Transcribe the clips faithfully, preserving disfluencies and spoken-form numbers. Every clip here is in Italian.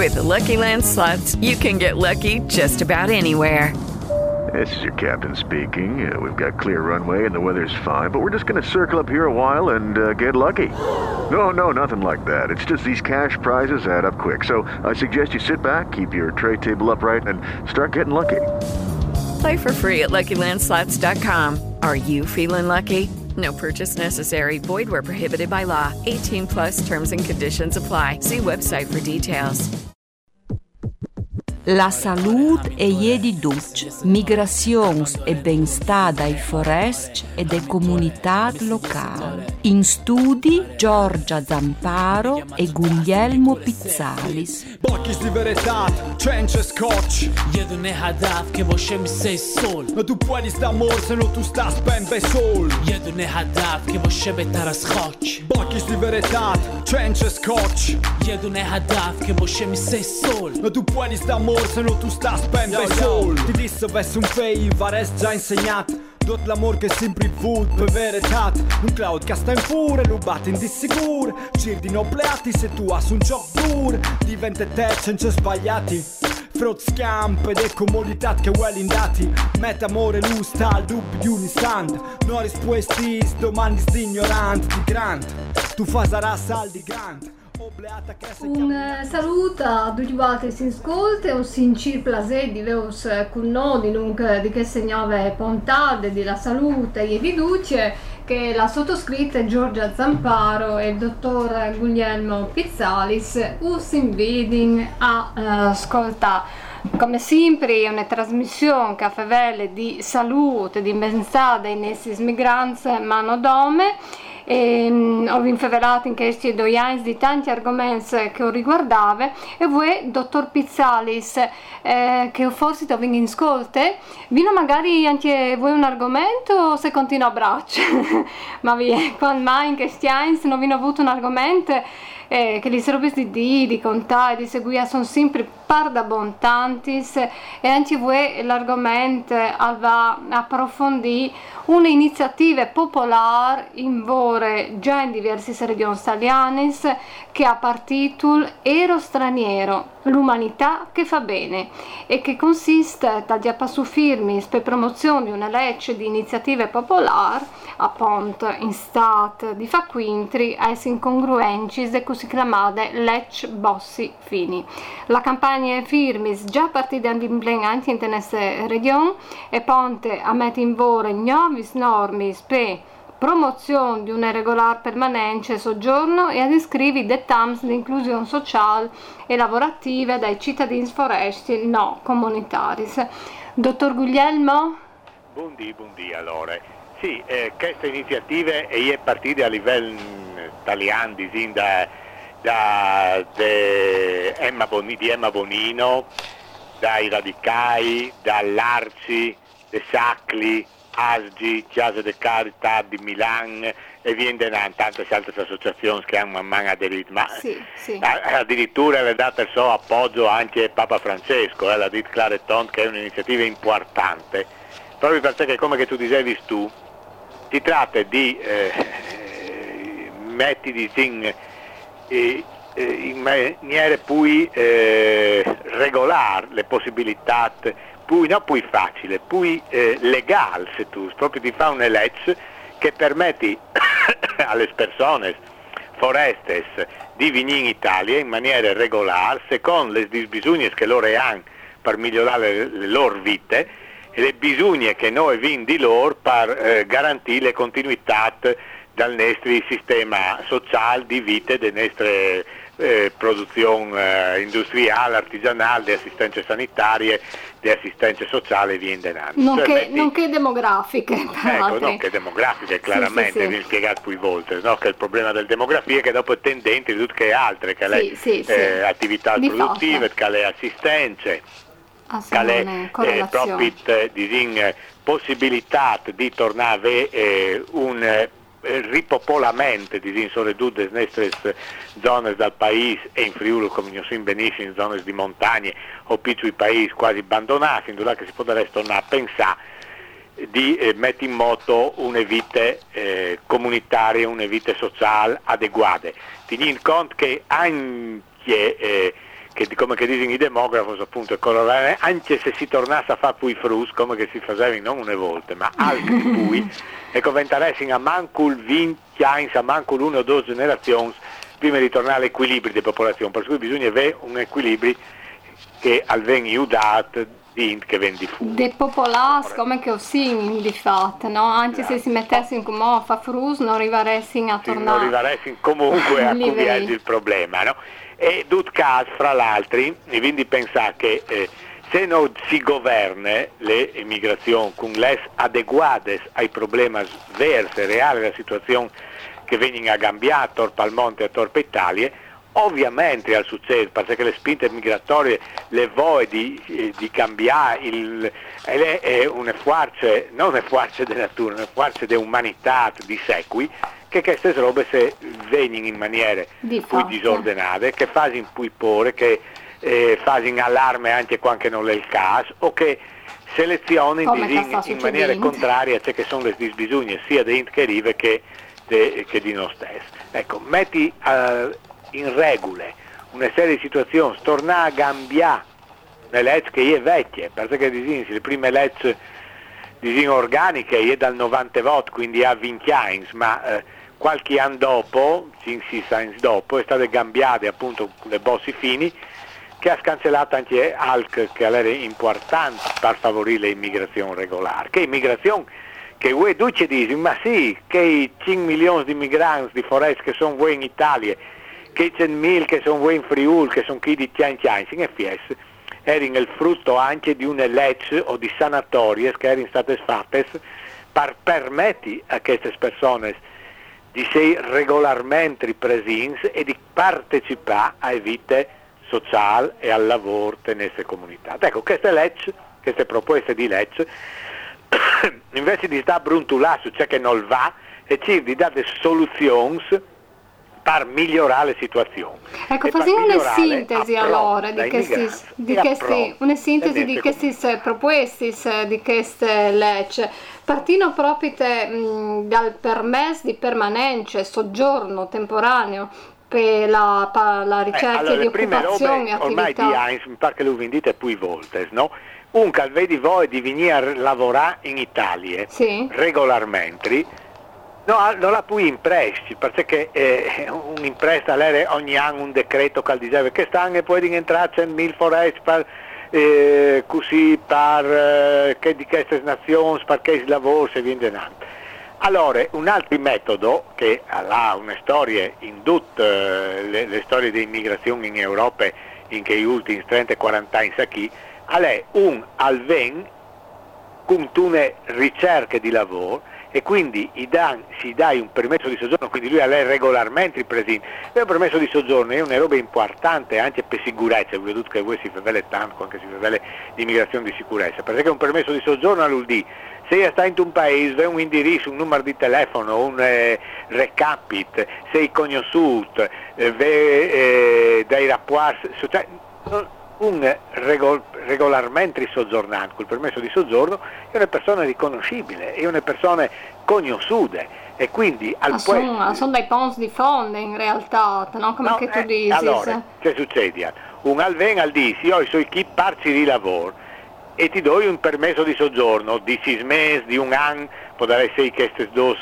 With the Lucky Land Slots, you can get lucky just about anywhere. This is your captain speaking. Uh, we've got clear runway and the weather's fine, but we're just going to circle up here a while and uh, get lucky. No, no, nothing like that. It's just these cash prizes add up quick. So I suggest you sit back, keep your tray table upright, and start getting lucky. Play for free at Lucky Land Slots dot com. Are you feeling lucky? No purchase necessary. Void where prohibited by law. eighteen plus terms and conditions apply. See website for details. La salut e ie di duc, migracions e benstar dai forests e de comunità locali. In studi Giorgia Zamparo e Guglielmo Pizzalis. Bakis di veritat, trenche scotch. Jeden ne hadav que você me sei sol. No tu puedes dar amor se no tu estás ben besol. Jeden ne hadav que você betar as scotch. Bakis di veritat, trenche scotch. Jeden ne hadav que você me sei sol. No tu puedes dar amor se no tu estás ben besol. Ti disse avessi un fei, varest già insegnato. Tot l'amor che sempre vult per veritat. Un cloud che sta in fure, rubato in dissicur. Gir di nobleati se tu has un gioc dur. Diventa te senza sbagliati. Frot scamp ed è comodità che vuoi indati. Met amore lusta al dubbio di un istante. No risposti, domandi di ignorante. Di grand, tu fai sarà saldi grand. Un eh, saluto a tutti voi che si ascoltano, un sincero piacere di avervi con noi dunque, di che segnove puntate della salute e fiducia che la sottoscritta Giorgia Zamparo e il dottor Guglielmo Pizzalis us invitano a uh, ascoltare. Come sempre è una trasmissione che fa vele di salute, di benessere dei nostri migranti manodome. E, um, ho infeverato in questi due anni di tanti argomenti che ho riguardato e voi, dottor Pizzalis, eh, che forse ti in ascolto, vino magari anche voi un argomento se continua a braccio ma via, quando mai in questi anni non vi ho avuto un argomento eh, che li serve di dire, di contare, di seguire, sono sempre par da bontantis e anche voi l'argomento va approfondire un'iniziativa popolare in vore già in diverse regioni italiane che ha per titolo Ero straniero, l'umanità che fa bene e che consiste dagli passu firmi per promozione di una legge di iniziative popolari appunto in stat di fa quintri a essi incongruenci de cui si chiamate legge Bossi Fini. La campagna firmis già partita di implegnanti in tenesse regioni e ponte a mettere in vore nuovis normis per promozione di una regolare permanenza e soggiorno e ad iscrivi dettams di inclusione sociale e lavorativa dai cittadini foresti no comunitari. Dottor Guglielmo? Buondì, buondì allora. Sì, eh, queste iniziative è partita a livello italiano da, da de Emma Boni, di Emma Bonino, dai Radicai, dall'Arci, de Sacli, Asgi, Chiesa de Carità di Milan e via in tante altre associazioni che hanno man mano aderito, ma sì, sì. addirittura le date il suo appoggio anche Papa Francesco, eh, la dit Clareton, che è un'iniziativa importante, proprio perché come che tu dicevi tu, si tratta di eh, metti in, eh, in maniera più eh, regolare le possibilità, più, non più facile, più eh, legale se tu, proprio di fare una legge che permetti alle persone forestes di venire in Italia in maniera regolare, secondo le bisogni che loro hanno per migliorare le, le loro vite, e le bisogni che noi abbiamo di loro per eh, garantire le continuità dal nostro sistema sociale di vita, delle nostre eh, produzioni eh, industriali, artigianali, di assistenze sanitarie, di assistenza sociale e via in denaro. Nonché, cioè, metti... nonché demografiche. Ecco, nonché demografiche, chiaramente, sì, sì, sì. Vi spiegato più volte, no? Che il problema della demografia è che dopo è tendente di tutte che altre, che sì, le sì, sì. Eh, attività di produttive, che le assistenze, che le eh, proprie eh, possibilità di tornare a avere eh, un eh, ripopolamento di soprattutto nelle nostre zone del paese e in Friuli, come non si benissimo, in zone di montagne o piccoli paesi quasi abbandonati, in dove si potrebbe tornare a pensare di eh, mettere in moto una vita eh, comunitaria, una vita sociale adeguata, tenendo conto che anche eh, che come che dicono i demografi appunto, anche se si tornasse a fare poi frus come che si faceva non una volta ma altri poi ecco ventaresti a mancul venti anni a mancul una o due generazioni prima di tornare all'equilibrio di popolazione, per cui bisogna avere un equilibrio che almeno aiutato di che viene diffuso. De popolars come che ossin di fatto, no? Anche se si mettesse in comune a fa frus non arriveresti a tornare. Sì, non arriveresti comunque a cogliere il problema, no? E in caso, fra l'altro, e quindi pensare che eh, se non si governa le immigrazioni con le adeguate ai problemi versi reali della situazione che vengono a cambiare attorno al monte e attorno all'Italia, ovviamente al successo, perché le spinte migratorie le vuoi di, eh, di cambiare, il, è, è una forza, non una forza della natura, una forza di umanità, di secoli, che queste robe se vengono in maniere di più disordinate, che fanno in pui pore, che eh, fanno in allarme anche quando non è il caso, o che selezionano in, in maniera contraria a ciò che sono le disbisogni sia di che rive che, de, che di noi stessi. Ecco, metti uh, in regole una serie di situazioni, tornare a cambiare le leggi che è vecchie, perché disegni, le prime leggi disegni organiche è dal novanta volte, quindi ha venti anni, ma eh, qualche anno dopo, cinque anni dopo, è state cambiate appunto le bossi fini, che ha scancellato anche altro che era importante per favorire l'immigrazione regolare, che immigrazione che voi duce dici, ma sì, che i cinque milioni di migranti di foreste che sono voi in Italia, che i centomila che sono voi in Friuli, che sono chi di Tian Tian, in F S, erano il frutto anche di una legge o di sanatorie che erano state fatte per permettere a queste persone di essere regolarmente presenti e di partecipare alle vite sociali e al lavoro nelle comunità. Ecco, queste leggi, queste proposte di legge, invece di stare a bruntolare su ciò che non va, e ci di dare soluzioni per migliorare la situazione. Ecco, facciamo una sintesi allora di questi, di questi, una sintesi di queste proposte di queste leggi. Partino proprio te, mh, dal permesso di permanenza, soggiorno temporaneo per la, per la ricerca eh, allora, di occupazione e attività. Ormai di anni, mi pare che lo vendite più volte, no? Un calvedi voi di venire a lavorare in Italia sì. regolarmente. No, non la puoi impresti, perché eh, un'impresta ogni anno un decreto che diceva che stanno puoi entrare centomila foreste per, eh, così per eh, che di queste nazioni, perché si lavora, si viene denaro. Allora, un altro metodo che ha una storia in tutte eh, le, le storie di immigrazione in Europa in che gli ultimi trenta quaranta anni sa chi, è un alven con una ricerca di lavoro e quindi dan, si dà un permesso di soggiorno, quindi lui è regolarmente presente. E un permesso di soggiorno è una roba importante anche per sicurezza, vedo che voi si fa tanto, anche si fa di immigrazione di sicurezza, perché un permesso di soggiorno vuol dire se sta in un paese, un indirizzo, un numero di telefono, un eh, recapit, sei conosciuto, eh, eh, dai rapporti sociali, un regol- regolarmente soggiornante col permesso di soggiorno è una persona riconoscibile, è una persona conosciuta e quindi al sono, puesto... sono dei ponti di fondo in realtà, no? Come no, che tu eh, dici. Allora, che succede? Un alven al dici, io so chi parti di lavoro e ti do un permesso di soggiorno di sei mesi, di un anno, potrebbe essere queste due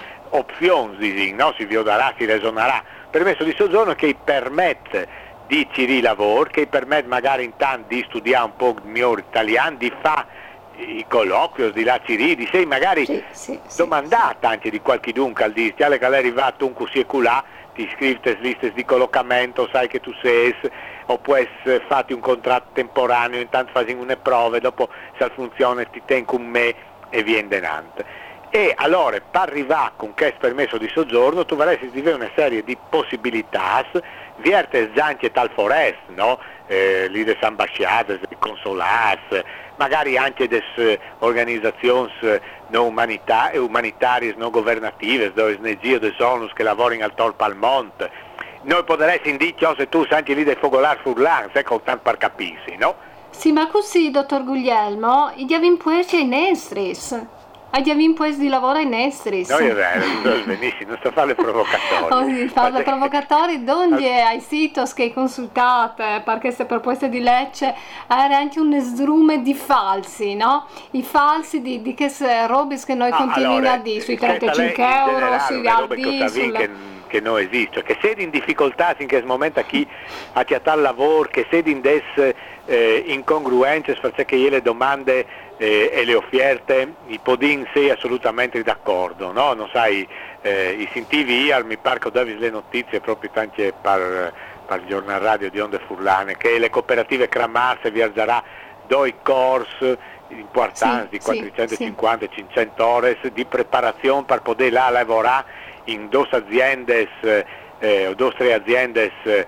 opzioni, no? Si vi darà, si ragionerà. Permesso di soggiorno che permette di ci lavoro, che permette magari intanto di studiare un po' migliore italiano, di fare i colloqui, di là ci di sei magari sì, sì, domandata sì, anche di qualche dunque al di che è arrivato un così e colà, ti iscrivi alle liste di collocamento, sai che tu sei, o può essere fatti un contratto temporaneo, intanto fai una prova, dopo se funziona ti tieni con me e viene denante. E allora per arrivare con questo permesso di soggiorno tu avresti di avere una serie di possibilità vierte anche tal forest, no? Eh, lì des ambasciate, des consolati, magari anche des organizzazioni non umanità- umanitarie, non governative, dove ne giro des onus che lavorano al Torpo al Monte. Noi potresti indicare se tu sai anche lì dei fogolari furlans, ecco tanto per capirsi, no? Sì, ma così, dottor Guglielmo, gli avvimpuerci ai nestris. abbiamo posto di lavoro in esteri. No, è vero, benissimo, non sto a fare le provocatori. Oh, fare le provocatori, donde ai siti che consultate per queste proposte di legge era anche un sdrume di falsi, no? I falsi di, di che robe che noi ah, continuiamo allora, a dire, sui trentacinque euro, sui aldi, sulla... che, che non esiste, che se in difficoltà in questo momento a chi ha chiatato lavoro, che se in des eh, incongruenze, perché io le domande eh, e le offerte, i podin sei assolutamente d'accordo, no? Non sai, eh, i sentivi io, mi pare che Davis le notizie proprio anche per, per il giornale radio di Onde Furlane, che le cooperative Kramarse viaggerà due corsi importanti, sì, di quattrocentocinquanta cinquecento ore di preparazione per poter là lavorare in due aziende eh, o due o tre aziende eh,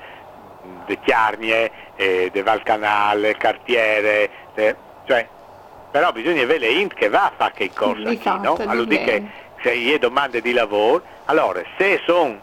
di Chiarnie, eh, di Valcanale, Cartiere, eh, cioè, però bisogna avere int che va a fare che corsi qui, no? Allora dico che se io domande di lavoro, allora se sono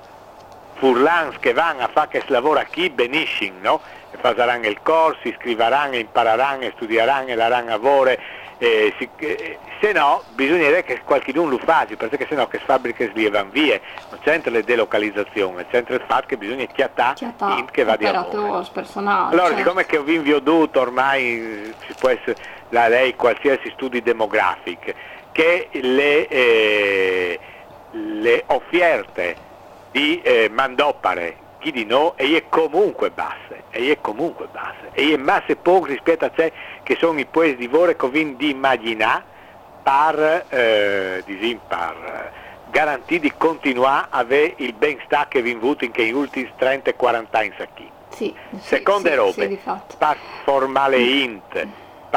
furlans che vanno a fare questo lavoro qui, benissimo, no? E faranno il corso, si iscriveranno, impareranno, studieranno, laranno a lavoro. Eh, si, eh, se no bisognerebbe che qualcuno lo faccia, perché se no che fabbriche si vanno via, non c'entra le delocalizzazioni, c'entra il fatto che bisogna chiattare in che va di lavoro. Allora, certo. Siccome che vi ho dovuto ormai, si può essere la lei qualsiasi studi demografici, che le, eh, le offerte di eh, mandopere chi di no e è comunque basse, e è comunque basse, e è masse poco rispetto a sé che sono i posti di lavoro che vi di immaginare per, eh, disin, per garantire di continuare a avere il benestare che vi avuto in che gli ultimi trenta quaranta anni qui. Sì, seconde sì, robe, sì, per formare int,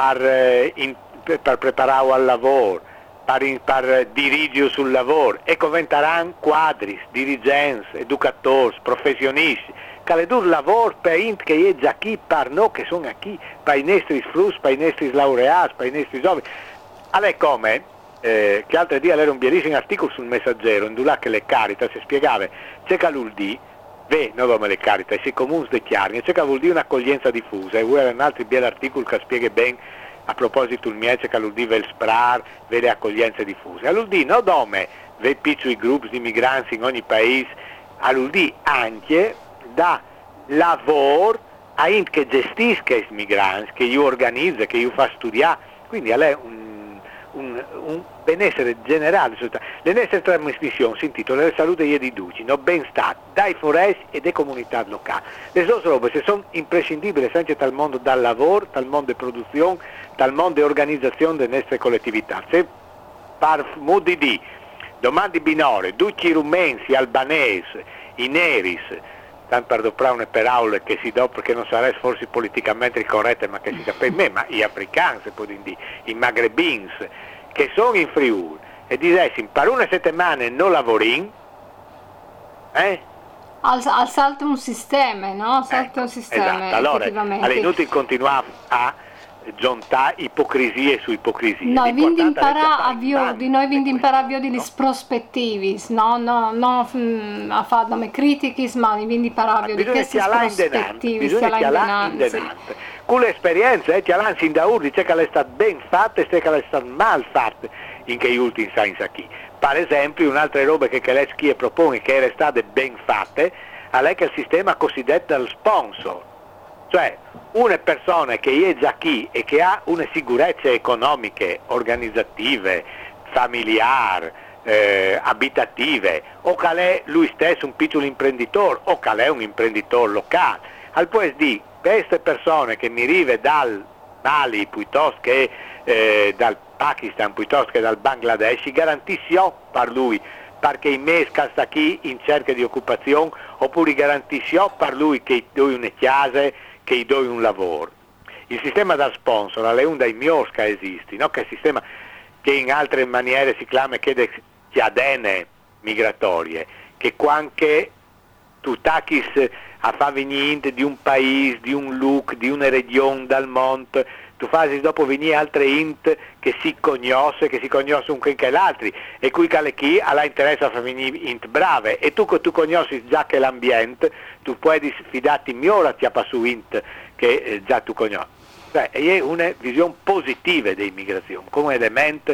per, in, per preparare al lavoro, per, per dirigere sul lavoro, e diventeranno quadris, dirigenti, educatori, professionisti, che le dur lavoro per int che è già qui, per noi che sono qui, per i nostri frus, per i nostri laureati, per i nostri giovani. Allora come, eh, che altri giorni era un bellissimo articolo sul Messaggero, in cui che le Caritas si spiegava, c'è che vuol dire, beh, non come le Caritas, i comuni di Chiarni, c'è che vuol dire un'accoglienza diffusa, e era un altro bel articolo che spiega bene a proposito il miece che all'U D il sprar, vede accoglienze diffuse. All'U D non dome ve piccoli gruppi di migranti in ogni paese, all'U D anche da lavoro a int che gestisca i migranti, che io organizza, che io fa studiare, quindi a lei un, un, un benessere generale. Le nostre trasmissioni si intitolano Le salute e di duci, no benestare dai foresti e delle comunità locali. Le due robe se sono imprescindibili anche dal mondo del lavoro, dal mondo di produzione, dal mondo di organizzazione delle nostre collettività. Se per modi di domande binore, duci rumensi, albanesi, i neris, tanto per doprare per aule che si do, perché non sarei forse politicamente corrette, ma che si capisce me, ma gli africani, se può dire, i magrebins, che sono in Friuli, e dicessi, per una settimana non lavorin, eh? Al, al salto un sistema, no? Salto ecco, un sistema, esatto. Allora, è inutile continuare a giuntare ipocrisie su ipocrisie. Noi quindi imparare a viodi, noi quindi imparare a viodi le prospettivi, no, no, no, mm, a fare come critiche, ma quindi imparare a viodi queste prospettive, bisogna chialare in denante. Con l'esperienza, eh, chialare sin da urdi, c'è che è stato ben fatta e c'è che è stato mal fatta in che gli ultimi scienza qui. Per esempio, un'altra roba che lei schie propone che era state ben fatte, a lei che è il sistema cosiddetto del sponsor. Cioè, una persona che è già qui e che ha una sicurezza economiche, organizzative, familiari, eh, abitative, o che è lui stesso un piccolo imprenditore, o che è un imprenditore locale. Al può dire, queste persone che mi arrivano dal Mali, piuttosto che eh, dal Pakistan, piuttosto che dal Bangladesh, garantiscono per lui, perché i mesi che sta qui in cerca di occupazione, oppure garantiscono per lui che do una chiesa, che gli do un lavoro. Il sistema da sponsor è uno dei migliori che esiste, no? Che è il sistema che in altre maniere si chiama che de chiadene migratorie, che quando tu tacchi a fare venire di un paese, di un look, di una regione, dal mondo, tu fai dopo venire altre int che si conosce, che si conosce un che l'altro, e qui che chi ha interesse a fare venire int brave, e tu che tu conosci già che l'ambiente, tu puoi fidarti migliore a su int che eh, già tu conosci. Cioè, è una visione positiva dell'immigrazione, come elemento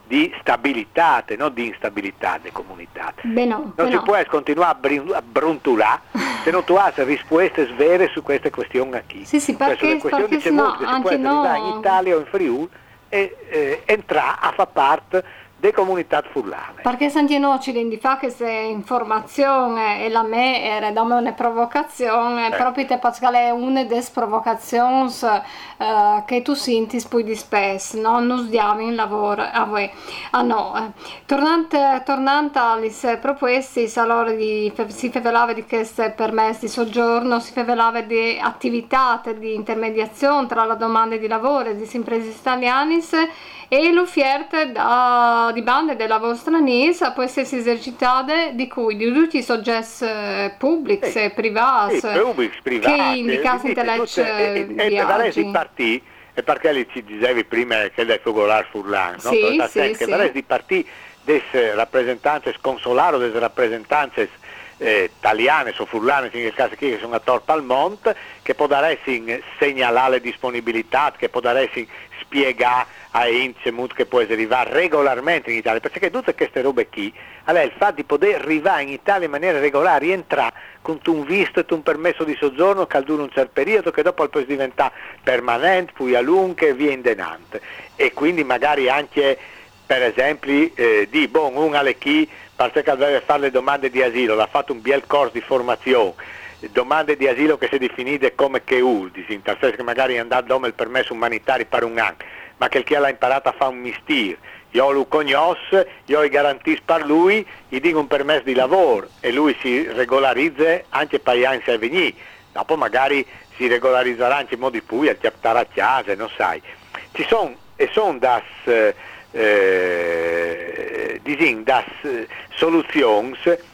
di stabilità, non di instabilità delle comunità. Beh no, non beh si no. può continuare a, brin- a bruntulare se non tu hai risposte vere su queste questioni qui. Sì, sì, cioè, perché, sulle questioni perché di no, che si anche può arrivare no. in Italia o in Friuli e eh, entrare a far parte delle comunità furlane. Perché sentiamo ci rendi fa questa informazione e la me era da me una provocazione, Eh. proprio te perché è una delle provocazioni eh, che tu senti poi di spesso, no? Non diamo in lavoro a voi. Ah no, eh. tornante, tornante alle proposte, allora di, si favelava di queste permessi di soggiorno, si favelava di attività di intermediazione tra la domanda di lavoro di imprese italiane e l'offerta da, di bande del lavoro stranese può essere esercitate di cui di tutti i soggetti eh, pubblici Sì. e privati Sì, pubblici, privati, che in caso dite, intellettuale tutte- e, e, e paresi viaggi. partì, e perché li ci dicevi prima che del Fogolar Furlan, no? Sì, Da sì, sempre, sì. paresi di partì delle rappresentanze consolari o delle rappresentanze eh, italiane o furlane, in caso qui, che sono a Tor Palmont, che può dare segnalare le disponibilità, che può dare spiegare a Inzemut che può arrivare regolarmente in Italia, perché tutte queste robe qui, allora il fatto di poter arrivare in Italia in maniera regolare, rientrare con un visto e un permesso di soggiorno che dura un certo periodo, che dopo può diventare permanente, poi a lungo e via indenante, e quindi magari anche per esempio eh, di bon un alle chi perché deve fare le domande di asilo, l'ha fatto un bel corso di formazione, domande di asilo che si definite come che U, in tal senso che magari è andato a il permesso umanitario per un anno, ma che il chi l'ha imparato a fare un mistero, io lo conosco, io gli garantisco per lui, gli dico un permesso di lavoro e lui si regolarizza anche per gli anni a venire, dopo magari si regolarizzerà anche in modo di cui al chiaptare a casa, non sai. Ci sono, e sono das, eh, disin, das eh, soluzioni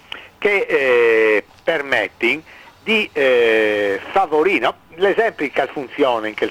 che eh, permettono di eh, favorire, no? L'esempio che funziona, in che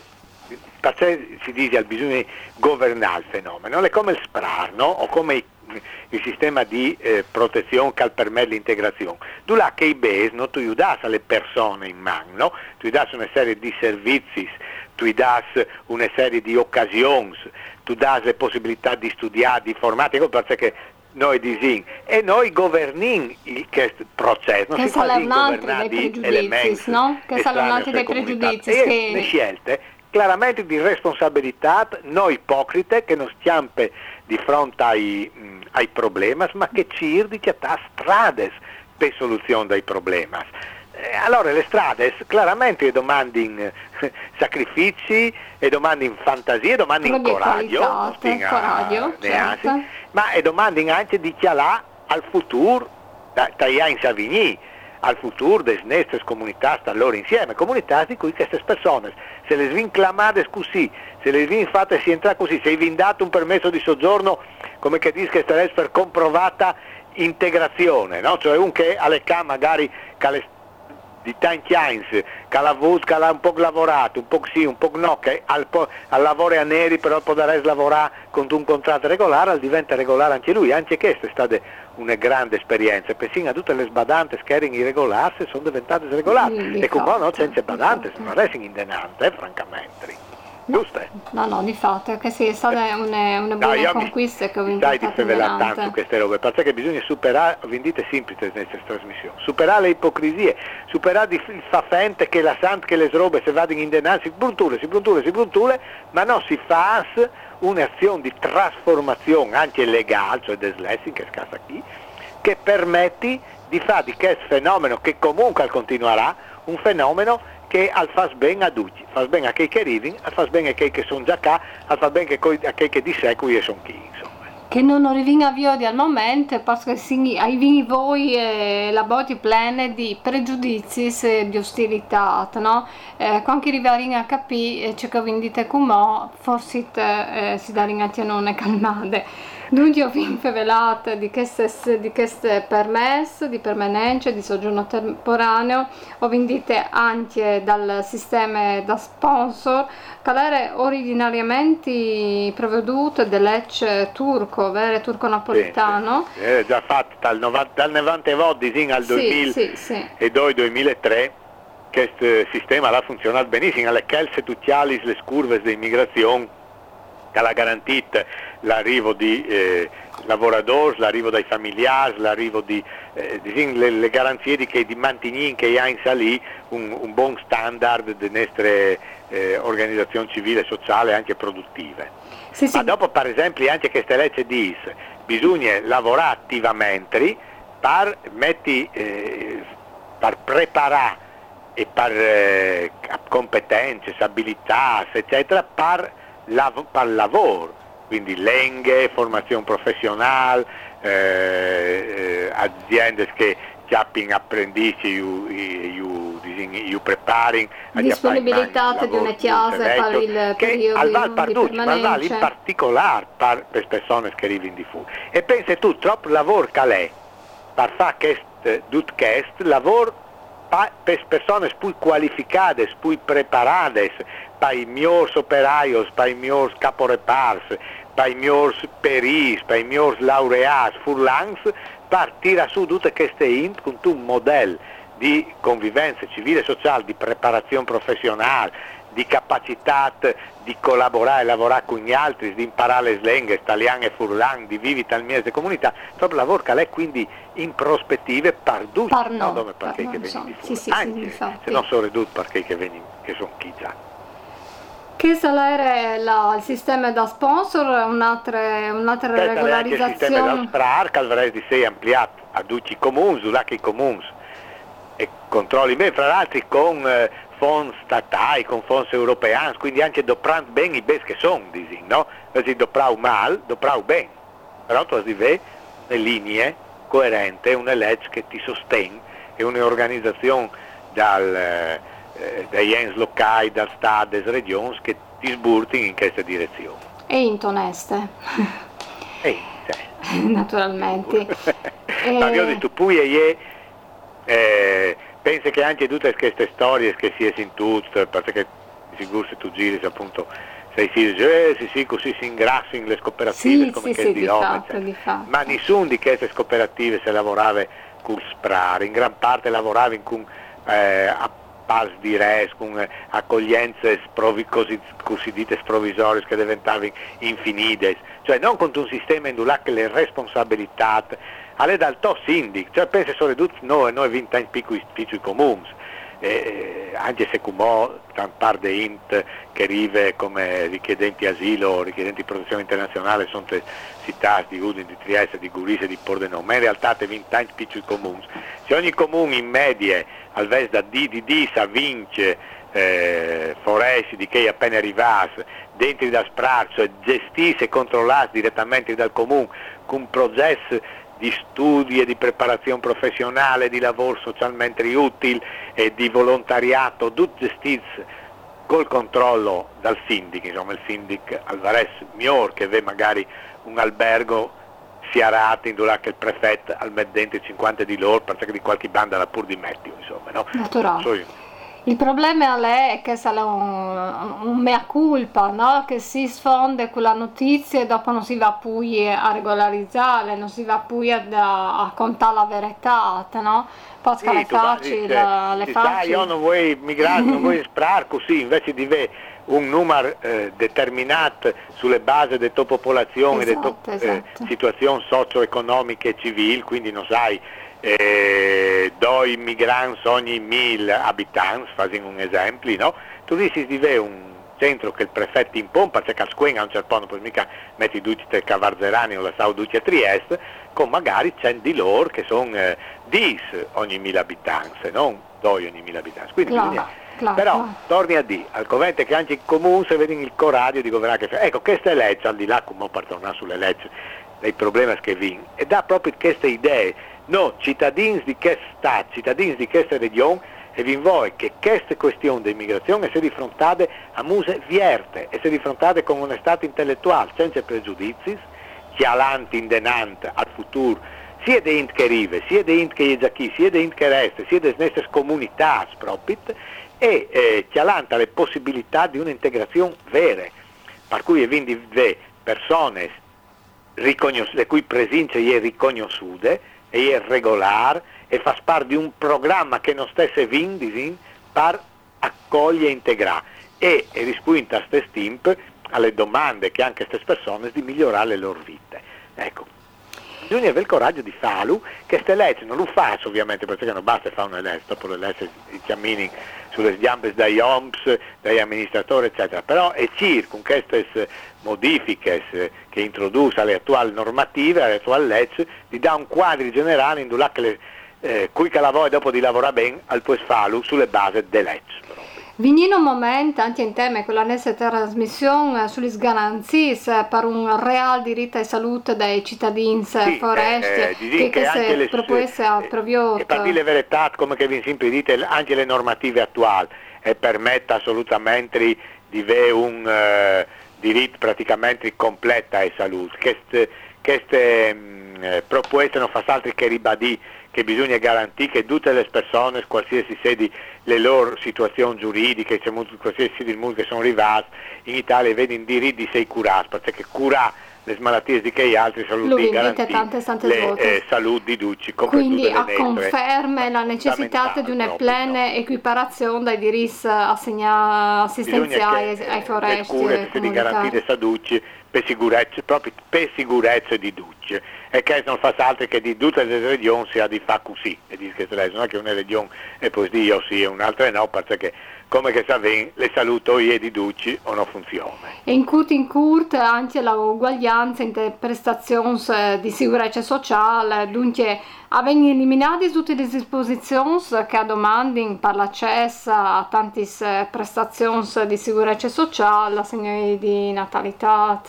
perché si dice al bisogno governare il fenomeno, è come il S P R A R, no? O come il, il sistema di eh, protezione che permette l'integrazione. Tu là che i B E S, no? Tu gli dai alle persone in mano, no? Tu gli dai una serie di servizi, tu gli dai una serie di occasioni, tu dai le possibilità di studiare, di formarti, perché noi disin e noi governiamo il questo processo, non che si fa di governare dei di pregiudizi, elementi no? Che saranno altri dei pregiudizi e che... le scelte chiaramente di responsabilità noi ipocrite che non stiamo di fronte ai, mh, ai problemi, ma che ci indica strade per soluzione dei problemi. Eh, allora le strade chiaramente domandano eh, sacrifici e domandano fantasia, domandano coraggio, coraggio certo. ma e domandano anche di chialà al futuro dagli anni a venire, al futuro delle nostre comunità sta loro insieme, comunità di cui queste persone se le svinclamate così, se le svin fate si entra così, se vi date un permesso di soggiorno come che dice che sarà per comprovata integrazione, no? Cioè un che alle ca magari che alle di tanti anni che ha che ha un po' lavorato, un po' sì, un po' no, che al, al lavoro a neri però potrà lavorare con un contratto regolare, diventa regolare anche lui, anche questa è stata una grande esperienza, persino a tutte le sbadanti che erano irregolari sono diventate regolari, Di e con fatto, no senza badanti, di non restano indenante, eh, francamente. Giusto? No, no, di fatto, che sì, è stata una, una buona no, conquista che ho vinto. vinto. Dai di fevelare tanto queste robe, perché bisogna superare, vendite semplici nelle queste trasmissioni, superare le ipocrisie, superare il fafente che la sant che le robe se vadano in denaro, si bruntule, si bruntule, si bruntule, ma non si fa un'azione di trasformazione anche legale, cioè del slessing che scassa qui, che permetti di fare di questo fenomeno che comunque continuerà, un fenomeno che al fa bene a tutti, fa bene a chi che arrivano, al fa bene a chi che sono già qua, al fa bene a chi che di secoli e sono chi, insomma. Che non arriviamo a via al momento, perché sì, hai vinto voi eh, la body plan di pregiudizi e di ostilità, no? Eh, quando arriviamo a capire, eh, ciò che vendite come forse eh, si dà anche a non calmare. Dunque ho vinto velate di queste, di queste permesse di permanenza, di soggiorno temporaneo, ho vendite anche dal sistema da sponsor, che era originariamente provveduto dell'E C turco, vero? Turco-napolitano. Sì, sì, sì. È già fatto dal novanta fino al duemiladue sì, sì, sì. duemilatré, questo sistema ha funzionato benissimo, alle calze tutte le curve di immigrazione che ha garantito l'arrivo di eh, lavoratori, l'arrivo dei familiari, l'arrivo di eh, le, le garanzie di, che, di mantenere che ha in salì un, un buon standard delle nostre eh, organizzazioni civili e sociali anche produttive. Sì, sì. Ma dopo per esempio anche queste leggi dice bisogna lavorare attivamente per, metti, eh, per preparare e per eh, competenze, abilità, eccetera, per, lav- per lavoro, quindi lenghe, formazione professionale, eh, eh, aziende che già in apprendici io, io, io preparano disponibilità di una chiesa per il periodo di permanenza, in particolare per le persone che arrivano di fuori. E pensi tu, troppo lavoro che è per fare questo, tutto questo lavoro per persone più qualificate, più preparate, per i migliori operai, per i migliori caporeparsi, per i migliori peris, per i migliori laureati, furlans, per tirare su tutte queste int con un modello di convivenza civile e sociale, di preparazione professionale, di capacità di collaborare e lavorare con gli altri, di imparare le lingue italiane e furlan, di vivere tal mese comunità, proprio lavoro che è quindi in prospettive perduto, par no, no, dove perché par che no, veni di sì, sì, anche sì, se non sono ridotto perché che veni che sono chi già. Che salere la, il sistema da sponsor, un'altra, un'altra regolarizzazione? Il sistema da sprar che avrei di sé ampliato a tutti i comuni, anche i comuni e controlli bene, fra l'altro con eh, fondi statali, con fondi europei, quindi anche doprando bene i bes che sono, disi, no? Quindi doprau mal, doprau bene, però tu devi avere le linee coerenti, una legge che ti sostiene e un'organizzazione dal, eh, dagli enti locali, dal Stato, dalle regioni che ti sburtino in questa direzione. E in toneste. E, cioè. Naturalmente. Ma vi ho detto, poi è Eh, penso che anche tutte queste storie che si è in tutto, perché sicuro se tu giri se appunto sei si dice eh, sì sì così si ingrassano le cooperative, sì, come sì, che sì, di di Roma, fatto, di fatto. Ma nessuno di queste cooperative se lavorava con sprare, in gran parte lavorava con eh, a pas di res, con eh, accoglienze sprovi, così, cosiddette sprovvisorie che diventavano infinite, cioè non con un sistema in cui le responsabilità alle dal to sindic, cioè penso sono ridotti noi, noi vent'anni piccoli piccoli comuni, eh, anche se come tan par de int che arriva come richiedenti asilo o richiedenti protezione internazionale sono città di Udine, di Trieste, di Gurise, di Pordenone, ma in realtà te vent'anni piccoli comuni. Se ogni comune in media al vez da D di Disa vince eh, foresti di che appena arrivasse dentro da sprarzo e gestisse e controllasse direttamente dal comune con processo di studi e di preparazione professionale, di lavoro socialmente utile e di volontariato, tutto gestito col controllo dal sindic, insomma il sindic Alvarez miglior che vede magari un albergo siarato in dove che il prefetto al met dentro cinquanta di loro perché di qualche banda la pur di metti, insomma, no? Naturale. So il problema è che sarà un, un mea culpa, no? Che si sfonde con la notizia e dopo non si va più a regolarizzare, non si va più a, a contare la verità, no? Poi sì, le facili, dice, le facili. Io non vuoi migrare, non vuoi sparare così, invece di avere un numero eh, determinato sulle basi delle tue popolazioni, esatto, delle tue esatto. eh, situazioni socio-economiche e civili, quindi non sai eh, due migranti ogni mille abitanti, facendo un esempio, no? Tu dici di avere un centro che il prefetto impone, perché a Squenga a un certo punto, poi mica metti tutti i cavarzerani o la Sauduci a Trieste, con magari c'è di loro che sono eh, dieci ogni mille abitanti, non due ogni mille abitanti. Quindi claro, bisogna, claro, però claro. torni a dire, al convento che anche in comune se vedi il coradio di governare che fa. Ecco, queste leggi, al di là come per tornare sulle leggi, dei problemi che vincono, e dà proprio queste idee, no, cittadini di questo Stato, cittadini di questa regione, e vi vuoi che queste questioni di immigrazione siano affrontate a muse vierte e siano affrontate con onestà intellettuale, senza pregiudizi, chialanti in denante al futuro, sia di int che arriva, sia di int che è già chi, sia di int che resta, sia delle nostre comunità proprio, e eh, chialante le possibilità di un'integrazione vera, per cui quindi ve persone le cui presenze è riconosciute e è regolare e fa parte di un programma che non stesse vindi per accogliere e integrare e, e rispunta a ste stimp alle domande che hanno queste persone di migliorare le loro vite. Ecco, bisogna avere il coraggio di farlo, che queste leggi non lo faccio ovviamente, perché non basta fare una legge, dopo le leggi si cammini sulle gambe dagli O M S, dagli amministratori eccetera, però è circa con queste modifiche che introduce alle attuali normative, alle attuali leggi, di dare un quadro generale in cui le eh, cui che lavora dopo di lavorare bene al può farlo sulle basi delle leggi. Vigno un momento anche in tema con la nostra trasmissione sulle garanzie per un reale diritto alla salute dei cittadini sì, foresti eh, che, che, che si le, proposte a proprio e per dire la verità, come che vi sempre dite, anche le normative attuali e permette assolutamente di avere un uh, diritto praticamente completo alla salute. Queste, queste mh, proposte non fa altro che ribadire che bisogna garantire che tutte le persone, qualsiasi sedi le loro situazioni giuridiche, qualsiasi del mondo che sono arrivati, in Italia vedono diritto di essere curati, perché curare le malattie di che gli altri saluti garantire le eh, salute di tutti. Quindi a conferme la necessità di una plena equiparazione dai diritti assegna- assistenziali che, ai foresti. Le cure che di garantire salute per sicurezza, proprio per sicurezza di tutti. E che non fa altro che di tutte le regioni si ha di fare così, e di che non è che una regione e poi di io sì e un'altra no, perché come che sapete le saluto io di tutti o non funziona. E in curt in curt anche la uguaglianza in prestazioni di sicurezza sociale, dunque avendo eliminato tutte le disposizioni che domandano per l'accesso a tante prestazioni di sicurezza sociale, l'assegno di natalità,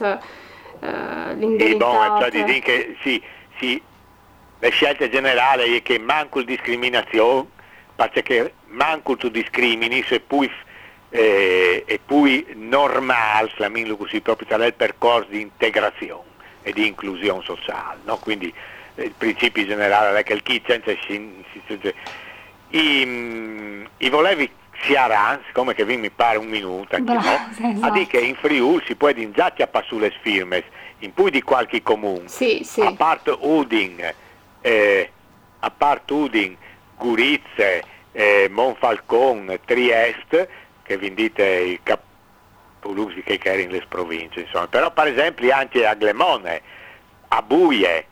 Uh, sì, bon, cioè di dire che sì, sì, le scelte generali è che manco il discriminazione, perché manco tu discrimini se poi eh, e poi normale, così proprio tra il percorso di integrazione e di inclusione sociale, no? Quindi eh, il principio generale è che il chi senza i, i volevi Ciarà, siccome che vi mi pare un minuto anche, Bravo, no? Esatto. A dire che in Friuli si può ingià chiappare sulle firme in cui di qualche comune, sì, sì. a parte Udin, eh, a parte Udin, Gurizze, eh, Monfalcone, Trieste, che vi dite i capoluoghi che erano le province, insomma. Però per esempio anche a Glemone, a Buie,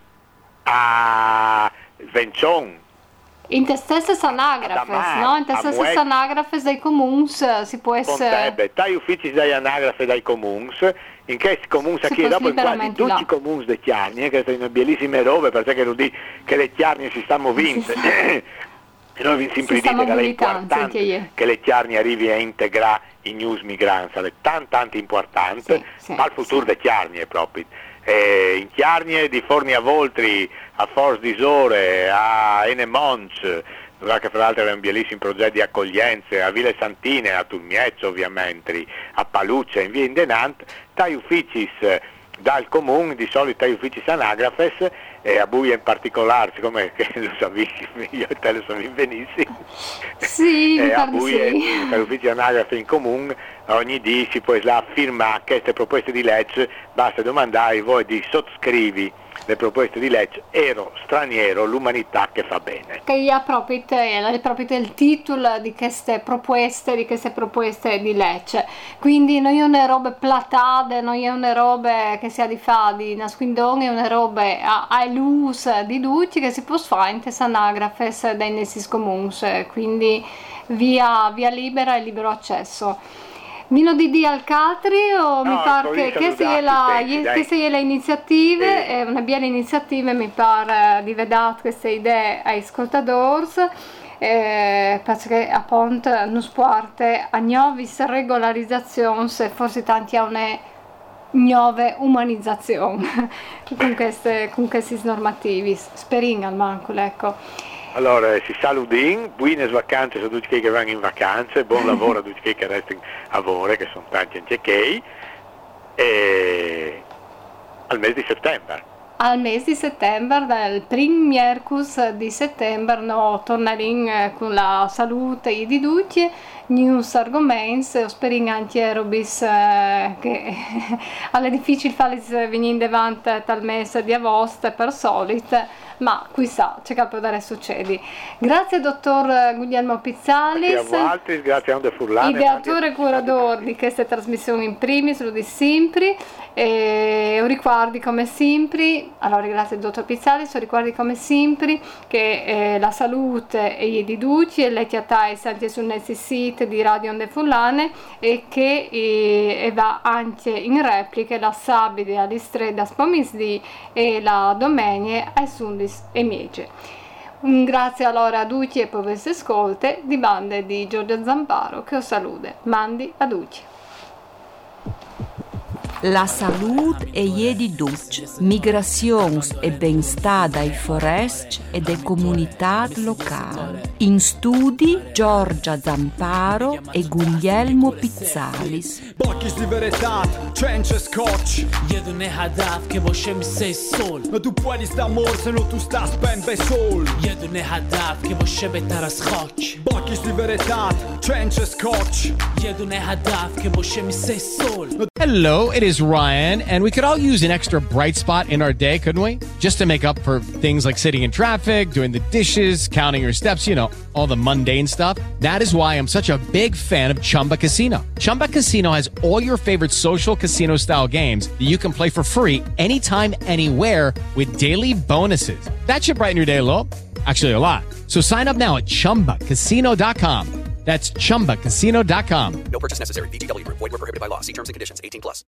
a Vencion, in te stesse anagrafe, no? In te stesse anagrafe dei comuni si può essere... Dai uffici dei anagrafe dei comuni, in che comuni che dopo in quasi tutti i comuni dei Chiarni, che sono bellissime robe, perché lo dico che le Chiarni si stanno vinte. E noi vi sempre dite che è importante che le Chiarni arrivi a integrare i news migranti, è tanto tanto importante, sì, sì, ma il futuro sì. dei Chiarni è proprio. Eh, in Chiarnie di Forni a Voltri, a Force di Sore, a Enemons, che fra l'altro è un bellissimo progetto di accoglienza, a Ville Santine, a Tulmiezzo ovviamente, a Paluccia, in via Indenant, dai uffici dal comune, di solito dai uffici anagrafes, e a Buia in particolare, siccome che lo sapevi, io e te lo sapevi benissimo, sì, e a Buia sì. Per uffici anagrafe in comune, ogni dì si può là firmare queste proposte di legge, basta domandare voi di sottoscrivi le proposte di legge, ero straniero, l'umanità che fa bene. Che ha proprio, è proprio il titolo di queste proposte, di queste proposte di legge. Quindi non è una roba platate, non è una roba che si ha di fa di nascondone, è una roba a, a luz di tutti che si può fare in queste anagrafe dei nessi comuni, quindi via, via libera e libero accesso. Mino di D al Catri o no, mi pare che, che sia la, che sia le iniziative, sì. È una bella iniziativa, mi pare di vedere queste idee ai ascoltatori, eh, perché appunto non sport a nuove regolarizzazioni, forse tanti a una nuove umanizzazione con, queste, con questi normativi, speriamo al manco, ecco. Allora, si saludin, buone vacanze a tutti che vanno in vacanze, buon lavoro a tutti che restano a lavoro, che sono tanti anche che, e al mese di settembre. Al mese di settembre, dal primo mercoledì di settembre, no, torneremo con la salute di tutti, news argoments, o spering anche robis eh, che alle difficili fare venire davanti tal mese di avoste per solite, ma qui sa, c'è che poter succedi. Grazie dottor Guglielmo Pizzalis, grazie a voi, grazie a Onde Furlane, ideatore e curatore di queste trasmissioni in primis, lo di sempre, e ricordi come sempre, allora grazie al dottor Pizzalis, ricordi come sempre che eh, la salute e gli diduci e le chiatai anche sul sito di Radio Onde Furlane e che eh, e va anche in repliche la sabide all'istredda spomisdi e la domenica ai sundis e miege. Un grazie allora a tutti e per queste ascolte di bande di Giorgia Zamparo che os salude. Mandi a tutti. La salute e gli di duc, migrazions e benstar dai forest e de comunità locali. In studi Giorgia Zamparo e Guglielmo Pizzalis. Bocchis di verità, trench e scotch. Jedu ne hadav che vosce mi sei sol. No tu puoi sta amor se no tu sta ben be sol. Jedu ne hadav che vosce betara scotch. Bocchis di verità, trench e scotch. Jedu ne hadav che vosce mi sei sol. Hello, it is Ryan, and we could all use an extra bright spot in our day, couldn't we? Just to make up for things like sitting in traffic, doing the dishes, counting your steps, you know, all the mundane stuff. That is why I'm such a big fan of Chumba Casino. Chumba Casino has all your favorite social casino style games that you can play for free anytime, anywhere with daily bonuses. That should brighten your day a little. Actually, a lot. So sign up now at chumba casino dot com. That's chumba casino dot com. No purchase necessary. V G W Group. Void where prohibited by law. See terms and conditions. eighteen plus.